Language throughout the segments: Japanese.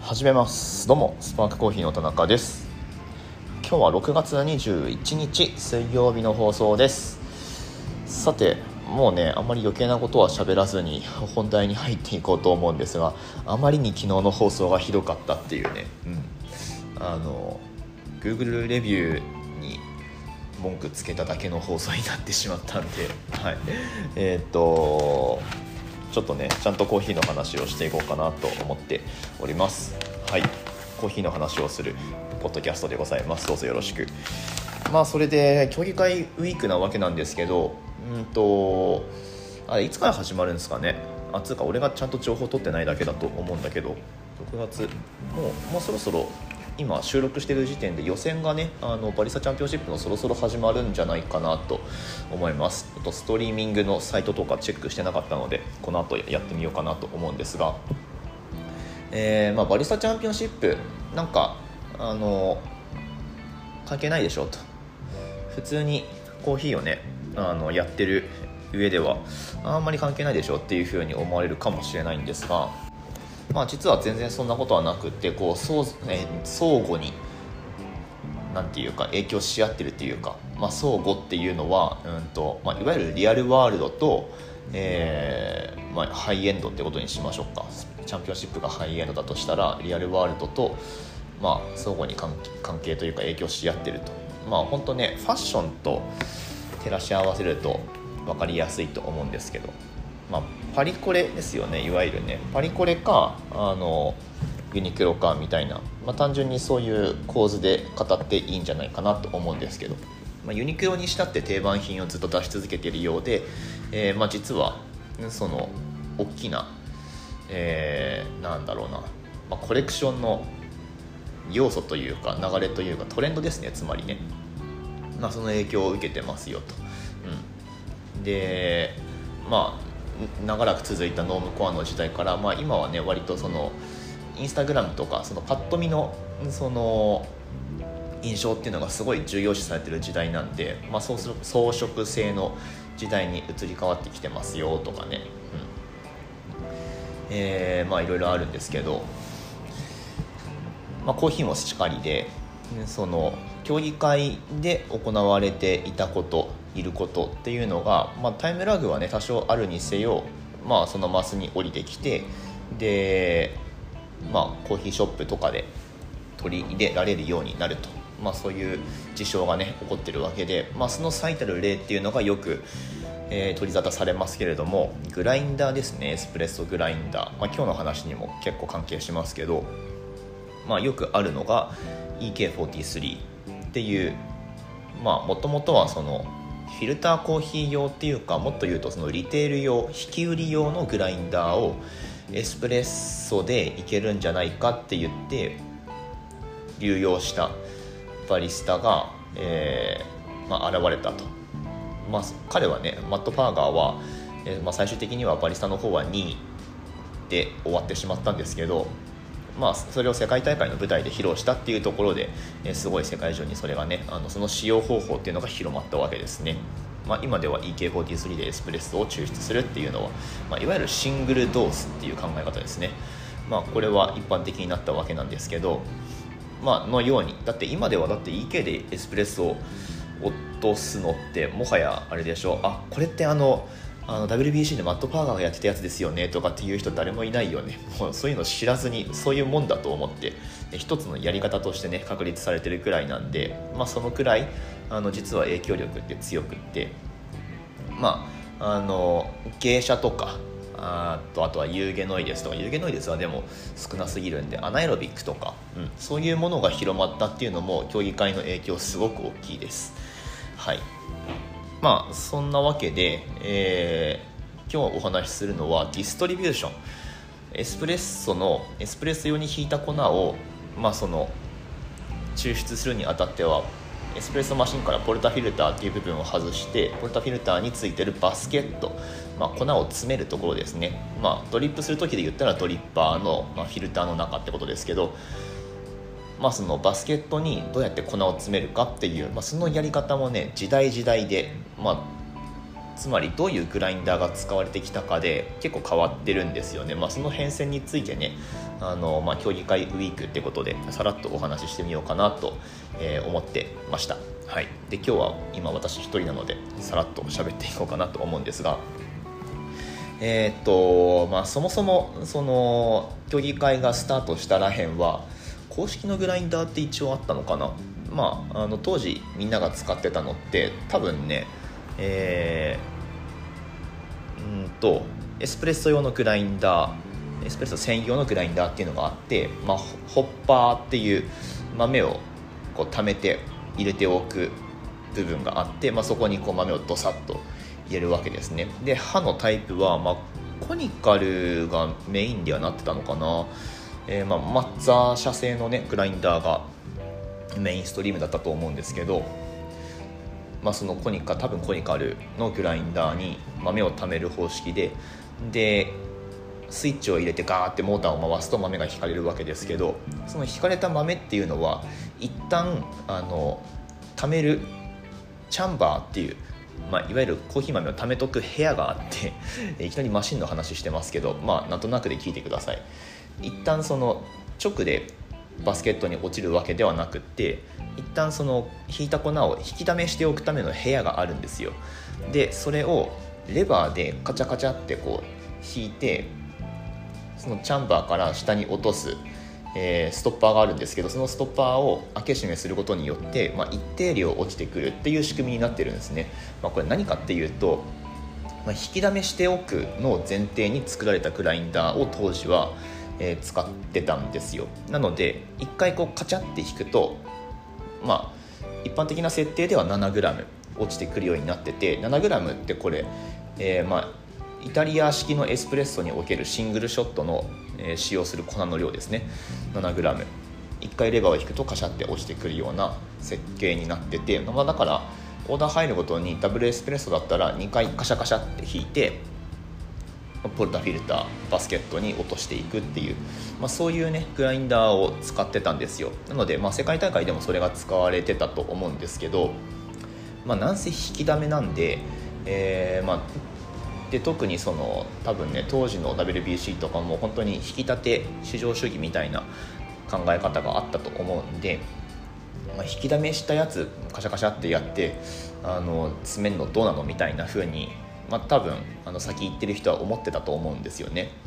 始めます。どうもスパークコーヒーの田中です。今日は6月21日水曜日の放送です。さてもうねあんまり余計なことは喋らずに本題に入っていこうと思うんですが、あまりに昨日の放送がひどかったっていうね、Google レビューに文句つけただけの放送になってしまったんで、ちょっとねちゃんとコーヒーの話をしていこうかなと思っております。はい、コーヒーの話をするポッドキャストでございます。どうぞよろしく。それで競技会ウィークなわけなんですけど、あれいつから始まるんですかね。つうか俺がちゃんと情報取ってないだけだと思うんだけど、6月もうそろそろ今収録している時点で予選がねバリスタチャンピオンシップのそろそろ始まるんじゃないかなと思います。ストリーミングのサイトとかチェックしてなかったのでこの後やってみようかなと思うんですが、バリスタチャンピオンシップなんか関係ないでしょと、普通にコーヒーをねやってる上ではあんまり関係ないでしょっていう風に思われるかもしれないんですが、実は全然そんなことはなくって相互になんていうか影響し合ってるっていうか、相互っていうのは、いわゆるリアルワールドと、ハイエンドってことにしましょうか。チャンピオンシップがハイエンドだとしたらリアルワールドと、相互に関係というか影響し合ってると、本当ねファッションと照らし合わせると分かりやすいと思うんですけど、パリコレですよね。いわゆるねパリコレかユニクロかみたいな、単純にそういう構図で語っていいんじゃないかなと思うんですけど、ユニクロにしたって定番品をずっと出し続けているようで、実はその大きな、コレクションの要素というか流れというかトレンドですね。つまりね、その影響を受けてますよと、で長らく続いたノームコアの時代から、今はね割とそのインスタグラムとかそのパッと見のその印象っていうのがすごい重要視されてる時代なんで、装飾性の時代に移り変わってきてますよとかね、いろいろあるんですけど、コーヒーもしっかりでその競技会で行われていたこといることっていうのが、タイムラグはね多少あるにせよ、そのマスに降りてきて、でコーヒーショップとかで取り入れられるようになると、そういう事象がね起こってるわけで、その最たる例っていうのがよく、取り沙汰されますけれども、グラインダーですね。エスプレッソグラインダー、今日の話にも結構関係しますけど、よくあるのが EK43 っていう、もともとはそのフィルターコーヒー用っていうか、もっと言うとそのリテール用引き売り用のグラインダーをエスプレッソでいけるんじゃないかって言って流用したバリスタが、現れたと。彼はねマット・パーガーは、最終的にはバリスタの方は2位で終わってしまったんですけど、それを世界大会の舞台で披露したっていうところで、すごい世界中にそれがねその使用方法っていうのが広まったわけですね。今では EK43 でエスプレッソを抽出するっていうのは、いわゆるシングルドースっていう考え方ですね。これは一般的になったわけなんですけど、のようにだって今ではEK でエスプレッソを落とすのってもはやあれでしょ。これってWBC でマット・パーガーがやってたやつですよねとかっていう人誰もいないよね。もうそういうの知らずにそういうもんだと思って一つのやり方としてね確立されてるくらいなんで、そのくらい実は影響力って強くって、芸者とかあとはユーゲノイデスとか、ユーゲノイデスはでも少なすぎるんでアナエロビックとか、そういうものが広まったっていうのも競技会の影響すごく大きいです。はい、そんなわけで、今日お話しするのはディストリビューション。エスプレッソ用に引いた粉を、その抽出するにあたってはエスプレッソマシンからポルタフィルターっていう部分を外して、ポルタフィルターについてるバスケット、粉を詰めるところですね。ドリップする時で言ったらドリッパーの、フィルターの中ってことですけど、そのバスケットにどうやって粉を詰めるかっていう、そのやり方もね時代で、 つまりどういうグラインダーが使われてきたかで結構変わってるんですよね。その変遷についてね競技会ウィークってことでさらっとお話ししてみようかなと、思ってました。はい、で今日は今私一人なのでさらっと喋っていこうかなと思うんですが、そもそもその競技会がスタートしたらへんは公式のグラインダーって一応あったのかな。当時みんなが使ってたのって多分ねエスプレッソ用のグラインダー、エスプレッソ専用のグラインダーっていうのがあって、ホッパーっていう豆をこう溜めて入れておく部分があって、そこにこう豆をドサッと入れるわけですね。で刃のタイプは、コニカルがメインではなってたのかな。マッザー社製のねグラインダーがメインストリームだったと思うんですけど、その多分コニカルのグラインダーに豆を溜める方式でスイッチを入れてガーってモーターを回すと豆が引かれるわけですけど、その引かれた豆っていうのは一旦溜めるチャンバーっていう、いわゆるコーヒー豆を溜めとく部屋があっていきなりマシンの話してますけど、なんとなくで聞いてください。一旦その直でバスケットに落ちるわけではなくって、一旦その引いた粉を引き溜めしておくための部屋があるんですよ。でそれをレバーでカチャカチャってこう引いて、そのチャンバーから下に落とす、ストッパーがあるんですけど、そのストッパーを開け閉めすることによって、一定量落ちてくるっていう仕組みになってるんですね。これ何かっていうと、引き溜めしておくのを前提に作られたグラインダーを当時は使ってたんですよ。なので一回こうカチャって引くと、一般的な設定では 7g 落ちてくるようになってて、 7g ってこれ、イタリア式のエスプレッソにおけるシングルショットの、使用する粉の量ですね。 7g 一回レバーを引くとカシャって落ちてくるような設計になってて、だからオーダー入るごとにダブルエスプレッソだったら2回カシャカシャって引いてポルタフィルターバスケットに落としていくっていう、そういうねグラインダーを使ってたんですよ。なので、世界大会でもそれが使われてたと思うんですけど、なんせ引き溜めなんで、で特にその多分ね当時の WBC とかも本当に引き立て至上主義みたいな考え方があったと思うんで、引き溜めしたやつカシャカシャってやって詰めるのどうなのみたいな風に多分先行ってる人は思ってたと思うんですよね。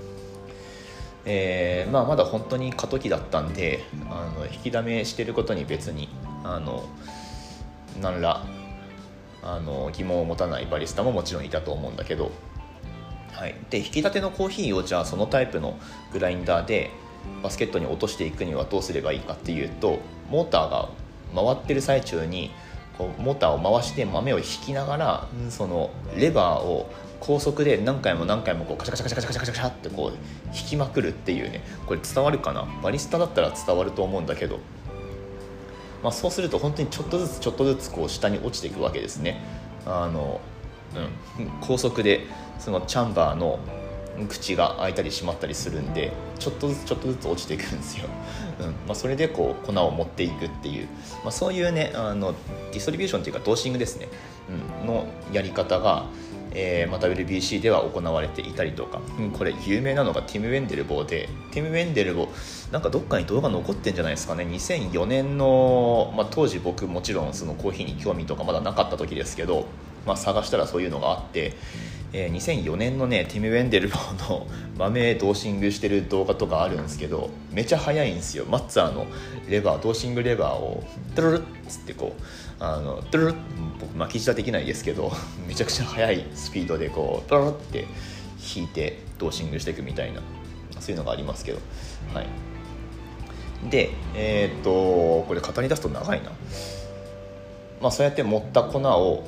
まだ本当に過渡期だったんで引き溜めしてることに別に何ら疑問を持たないバリスタももちろんいたと思うんだけど、で引き立てのコーヒーをじゃあそのタイプのグラインダーでバスケットに落としていくにはどうすればいいかっていうと、モーターが回ってる最中にこうモーターを回して豆を引きながら、そのレバーを高速で何回も何回もこうカシャカシャカシャカシャカシャカシャってこう引きまくるっていうね、これ伝わるかな。バリスタだったら伝わると思うんだけど、そうすると本当にちょっとずつちょっとずつこう下に落ちていくわけですね。高速でそのチャンバーの口が開いたり閉まったりするんで、ちょっとずつちょっとずつ落ちていくんですよ。それでこう粉を持っていくっていう、そういうねディストリビューションというかドーシングですね、のやり方が、WBC では行われていたりとか、これ有名なのがティム・ウェンデルボーで、ティム・ウェンデルボーなんかどっかに動画残ってんじゃないですかね。2004年の、当時僕もちろんそのコーヒーに興味とかまだなかった時ですけど、探したらそういうのがあって、2004年のねティム・ウェンデルボーの豆ドーシングしてる動画とかあるんですけど、めちゃ速いんですよ。マッツァーのレバードーシングレバーをトゥルルッつってこうトゥルルッ、僕巻き舌できないですけどめちゃくちゃ速いスピードでこうトゥルルッって引いてドーシングしていくみたいな、そういうのがありますけど、でこれ語り出すと長いな。そうやって持った粉を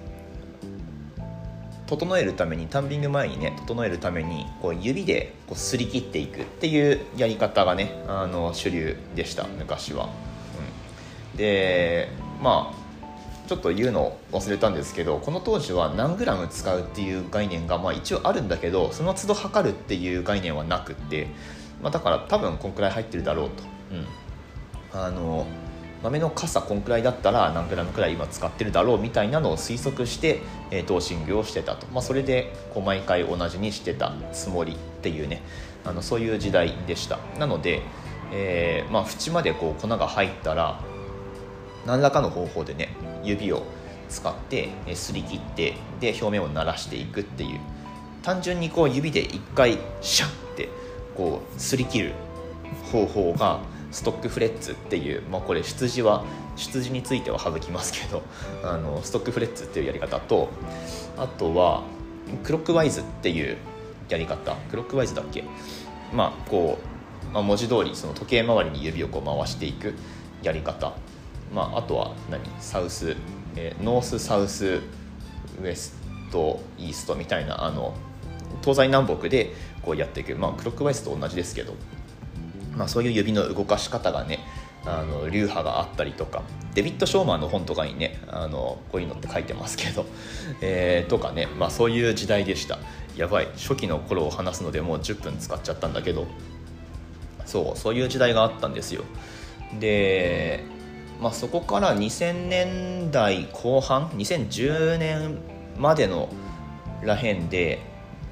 整えるために、タンビング前にね整えるためにこう指でこうすり切っていくっていうやり方がね主流でした昔は。でちょっと言うの忘れたんですけど、この当時は何グラム使うっていう概念が一応あるんだけど、その都度測るっていう概念はなくって、だから多分こんくらい入ってるだろうと、 豆の傘こんくらいだったら何グラムくらい今使ってるだろうみたいなのを推測して、ドーシングをしてたと、それでこう毎回同じにしてたつもりっていうね、そういう時代でした。なので、縁までこう粉が入ったら何らかの方法でね指を使ってすり切ってで表面を慣らしていくっていう、単純にこう指で一回シャッってこうすり切る方法がストックフレッツっていう、これ出自については省きますけどストックフレッツっていうやり方と、あとはクロックワイズっていうやり方、クロックワイズだっけ、文字通りその時計回りに指をこう回していくやり方、あとはサウス、ノースサウスウエストイーストみたいな東西南北でこうやっていく、クロックワイズと同じですけど、そういう指の動かし方がね流派があったりとか、デビッド・ショーマンの本とかにねこういうのって書いてますけど、とかね、そういう時代でした。やばい、初期の頃を話すのでもう10分使っちゃったんだけど、そういう時代があったんですよ。で、そこから2000年代後半2010年までのらへんで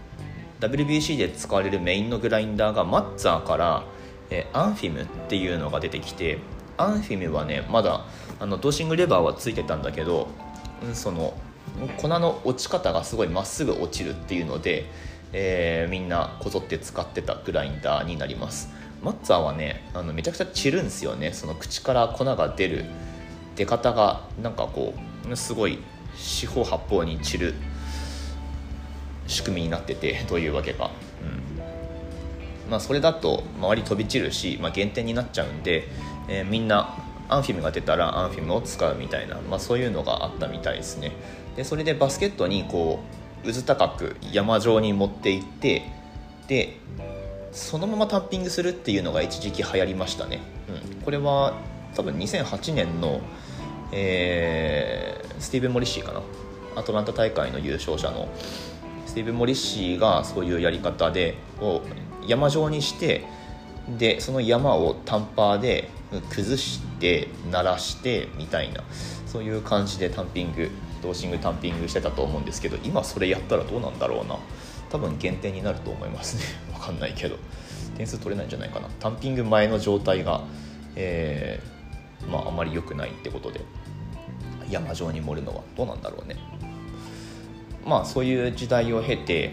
WBC で使われるメインのグラインダーがマッツァーからアンフィムっていうのが出てきて、アンフィムはねまだドーシングレバーはついてたんだけど、その粉の落ち方がすごいまっすぐ落ちるっていうので、みんなこぞって使ってたグラインダーになります。マッツァーはねめちゃくちゃ散るんですよね。その口から粉が出方がなんかこうすごい四方八方に散る仕組みになってて、どういうわけか、それだと周り飛び散るし、減点になっちゃうんで、みんなアンフィムが出たらアンフィムを使うみたいな、そういうのがあったみたいですね。でそれでバスケットにこう渦高く山状に持っていって、でそのままタッピングするっていうのが一時期流行りましたね。これは多分2008年の、スティーブン・モリッシーかな、アトランタ大会の優勝者のスティーブン・モリッシーがそういうやり方でこう山状にして、でその山をタンパーで崩して鳴らしてみたいな、そういう感じでドーシングタンピングしてたと思うんですけど、今それやったらどうなんだろうな。多分減点になると思いますね。分かんないけど点数取れないんじゃないかな。タンピング前の状態が、あまり良くないってことで山状に盛るのはどうなんだろうね。そういう時代を経て、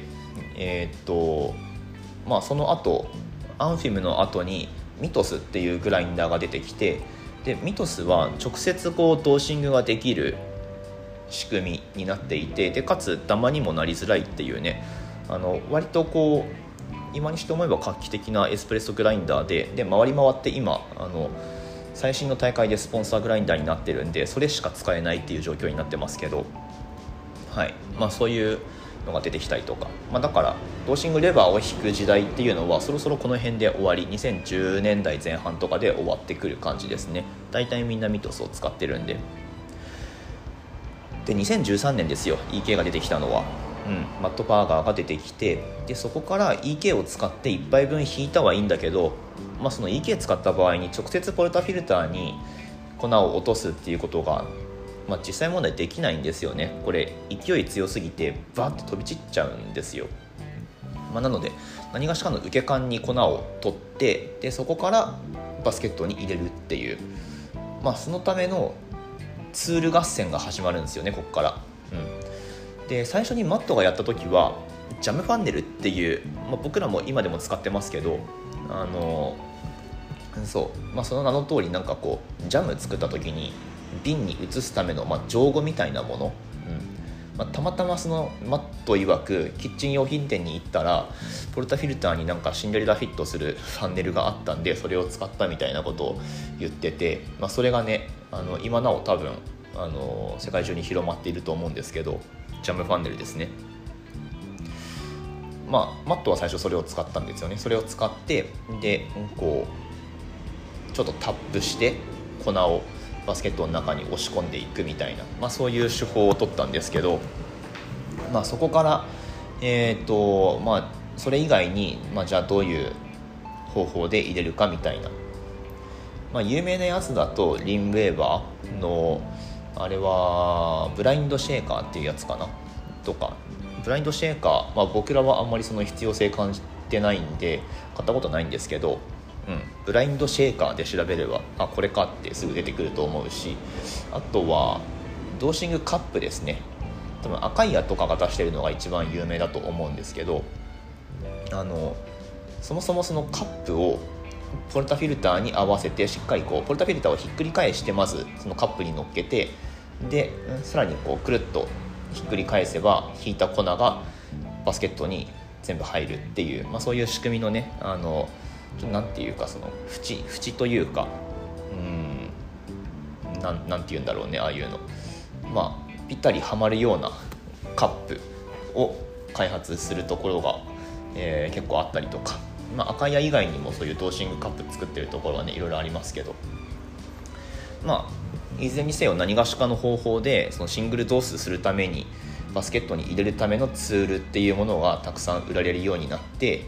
その後アンフィムの後にミトスっていうグラインダーが出てきて、でミトスは直接こうドーシングができる仕組みになっていて、でかつダマにもなりづらいっていうね、割とこう今にして思えば画期的なエスプレッソグラインダーで回り回って今最新の大会でスポンサーグラインダーになってるんで、それしか使えないっていう状況になってますけど、そういうのが出てきたりとか、だからドーシングレバーを引く時代っていうのはそろそろこの辺で終わり、2010年代前半とかで終わってくる感じですね。だいたいみんなミトスを使ってるんで。で2013年ですよ EK が出てきたのは。マット・パーガーが出てきて、でそこから EK を使って1杯分引いたはいいんだけど、その EK 使った場合に直接ポルタフィルターに粉を落とすっていうことが、実際問題できないんですよね。これ勢い強すぎてバーッと飛び散っちゃうんですよ。なので何がしかの受け缶に粉を取って、でそこからバスケットに入れるっていう、そのためのツール合戦が始まるんですよね、ここから。で最初にマットがやった時はジャムファンネルっていう、僕らも今でも使ってますけど、その名の通りなんかこうジャム作った時に瓶に移すための、蒸語みたいなもの、たまたまそのマット曰くキッチン用品店に行ったらポルタフィルターになんかシンデレラフィットするファンネルがあったんで、それを使ったみたいなことを言ってて、それがね今なお多分世界中に広まっていると思うんですけど、ジャムファンネルですね。マットは最初それを使ったんですよね。それを使ってでこうちょっとタップして粉をバスケットの中に押し込んでいくみたいな、そういう手法を取ったんですけど、そこからそれ以外に、じゃあどういう方法で入れるかみたいな、 有名なやつだとリン・ウェーバーのあれはブラインドシェーカーっていうやつかなとか、ブラインドシェーカー、僕らはあんまりその必要性感じてないんで買ったことないんですけど、ブラインドシェーカーで調べればこれかってすぐ出てくると思うし、あとはドーシングカップですね。多分アカイアとかが出してるのが一番有名だと思うんですけど、そもそもそのカップをポルタフィルターに合わせてしっかりポルタフィルターをひっくり返してまずそのカップに乗っけて、でさらにくるっとひっくり返せば引いた粉がバスケットに全部入るっていう、そういう仕組みのねなんていうかその縁というかなんていうんだろうね、ああいうのぴったりはまるようなカップを開発するところが、結構あったりとか、アカイア以外にもそういうドーシングカップ作ってるところはねいろいろありますけど、いずれにせよ何がしかの方法でそのシングルドースするためにバスケットに入れるためのツールっていうものがたくさん売られるようになって、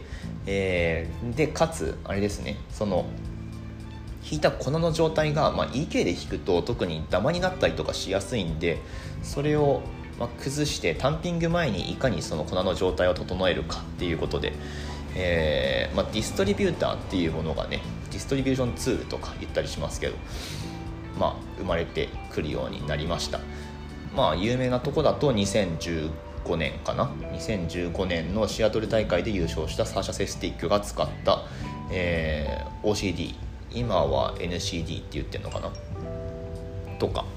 でかつあれですね、その引いた粉の状態が、EK で引くと特にダマになったりとかしやすいんで、それを崩してタンピング前にいかにその粉の状態を整えるかっていうことで、ディストリビューターっていうものがね、ディストリビューションツールとか言ったりしますけど、生まれてくるようになりました。有名なとこだと2015年かな、2015年のシアトル大会で優勝したサーシャ・セスティックが使った、OCD、 今は NCD って言ってるのかなとか、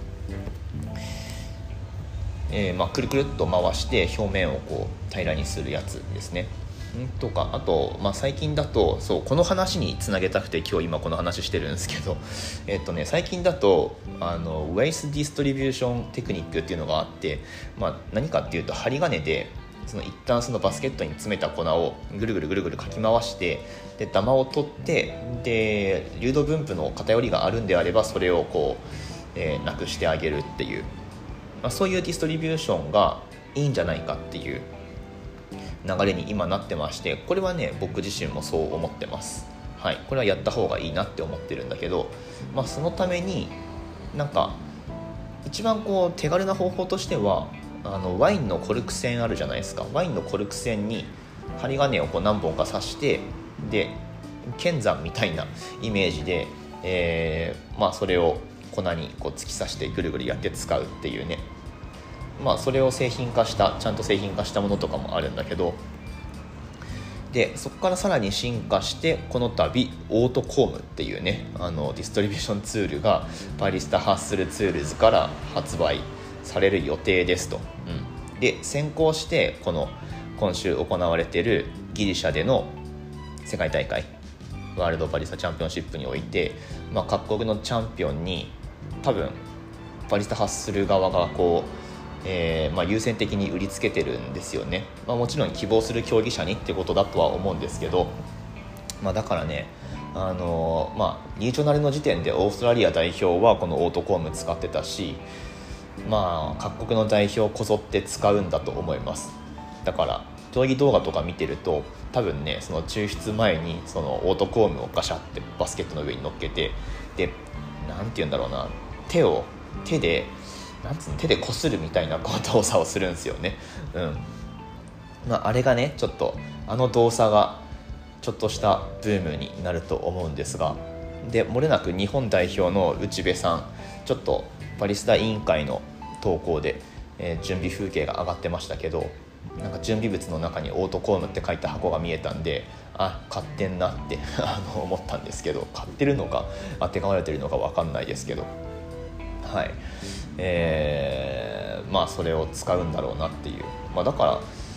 くるくるっと回して表面を平らにするやつですねとか、あと、最近だとこの話につなげたくて今この話してるんですけど、最近だとウェイスディストリビューションテクニックっていうのがあって、何かっていうと針金で一旦そのバスケットに詰めた粉をぐるぐるかき回して、でダマを取って、で流動分布の偏りがあるんであればそれをなくしてあげるっていう、そういうディストリビューションがいいんじゃないかっていう流れに今なってまして、これはね僕自身もそう思ってます。はい、これはやった方がいいなって思ってるんだけど、そのために一番手軽な方法としてはワインのコルク栓あるじゃないですか。ワインのコルク栓に針金を何本か刺して、で剣山みたいなイメージで、それを粉に突き刺してぐるぐるやって使うっていうね、それをちゃんと製品化したものとかもあるんだけど、でそこからさらに進化してこの度オートコームっていうねディストリビューションツールがバリスタハッスルツールズから発売される予定ですと、で先行して今週行われているギリシャでの世界大会ワールドバリスタチャンピオンシップにおいて、各国のチャンピオンに多分バリスタハッスル側が優先的に売りつけてるんですよね。もちろん希望する競技者にってことだとは思うんですけど、だからねリージョナルの時点でオーストラリア代表はこのオートコーム使ってたし、各国の代表こぞって使うんだと思います。だから競技動画とか見てると多分ね、その抽出前にそのオートコームをガシャってバスケットの上に乗っけて、でなんて言うんだろうな、手でこするみたいな動作をするんですよね。あれがねちょっと動作がちょっとしたブームになると思うんですが、で漏れなく日本代表の内部さん、ちょっとバリスタ委員会の投稿で、準備風景が上がってましたけど、準備物の中にオートコームって書いた箱が見えたんで、買ってんなって思ったんですけど、買ってるのか当てがわれてるのか分かんないですけど、はい、それを使うんだろうなっていう、だから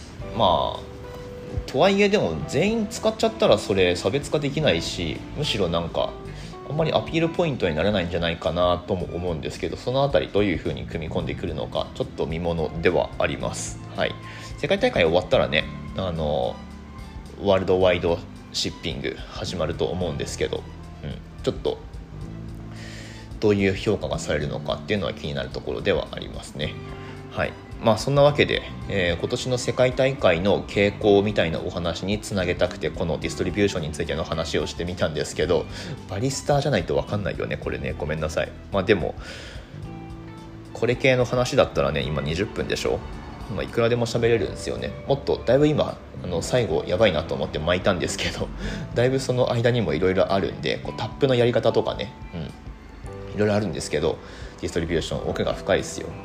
とはいえでも全員使っちゃったらそれ差別化できないし、むしろあんまりアピールポイントにならないんじゃないかなとも思うんですけど、そのあたりどういう風に組み込んでくるのかちょっと見ものではあります。はい、世界大会終わったらねワールドワイドシッピング始まると思うんですけど、ちょっとどういう評価がされるのかっていうのは気になるところではありますね。はい、 そんなわけで、今年の世界大会の傾向みたいなお話につなげたくてこのディストリビューションについての話をしてみたんですけど、バリスタじゃないと分かんないよねこれね、ごめんなさい。でもこれ系の話だったらね今20分でしょ、いくらでも喋れるんですよね。もっとだいぶ今最後やばいなと思って巻いたんですけどだいぶその間にもいろいろあるんで、タップのやり方とかね、いろいろあるんですけど、ディストリビューション奥が深いですよ。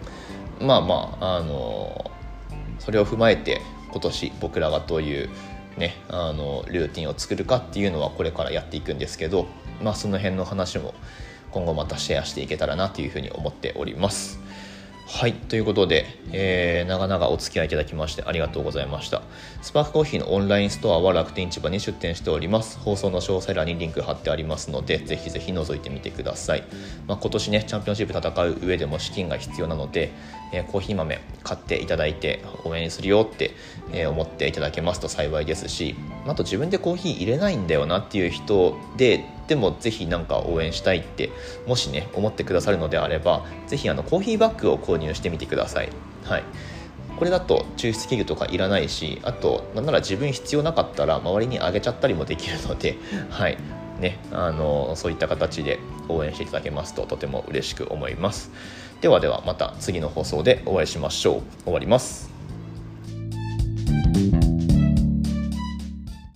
それを踏まえて今年僕らがどういうねルーティンを作るかっていうのはこれからやっていくんですけど、その辺の話も今後またシェアしていけたらなというふうに思っております。はい、ということで、長々お付き合いいただきましてありがとうございました。スパークコーヒーのオンラインストアは楽天市場に出店しております。放送の詳細欄にリンク貼ってありますのでぜひぜひ覗いてみてください。今年ねチャンピオンシップ戦う上でも資金が必要なので、コーヒー豆買っていただいて応援するよって、思っていただけますと幸いですし、あと自分でコーヒー入れないんだよなっていう人でもぜひ応援したいってもしね思ってくださるのであれば、ぜひコーヒーバッグを購入してみてください。はい、これだと抽出器具とかいらないし、あとなんなら自分必要なかったら周りにあげちゃったりもできるので、はいね、そういった形で応援していただけますととても嬉しく思います。ではまた次の放送でお会いしましょう。終わります。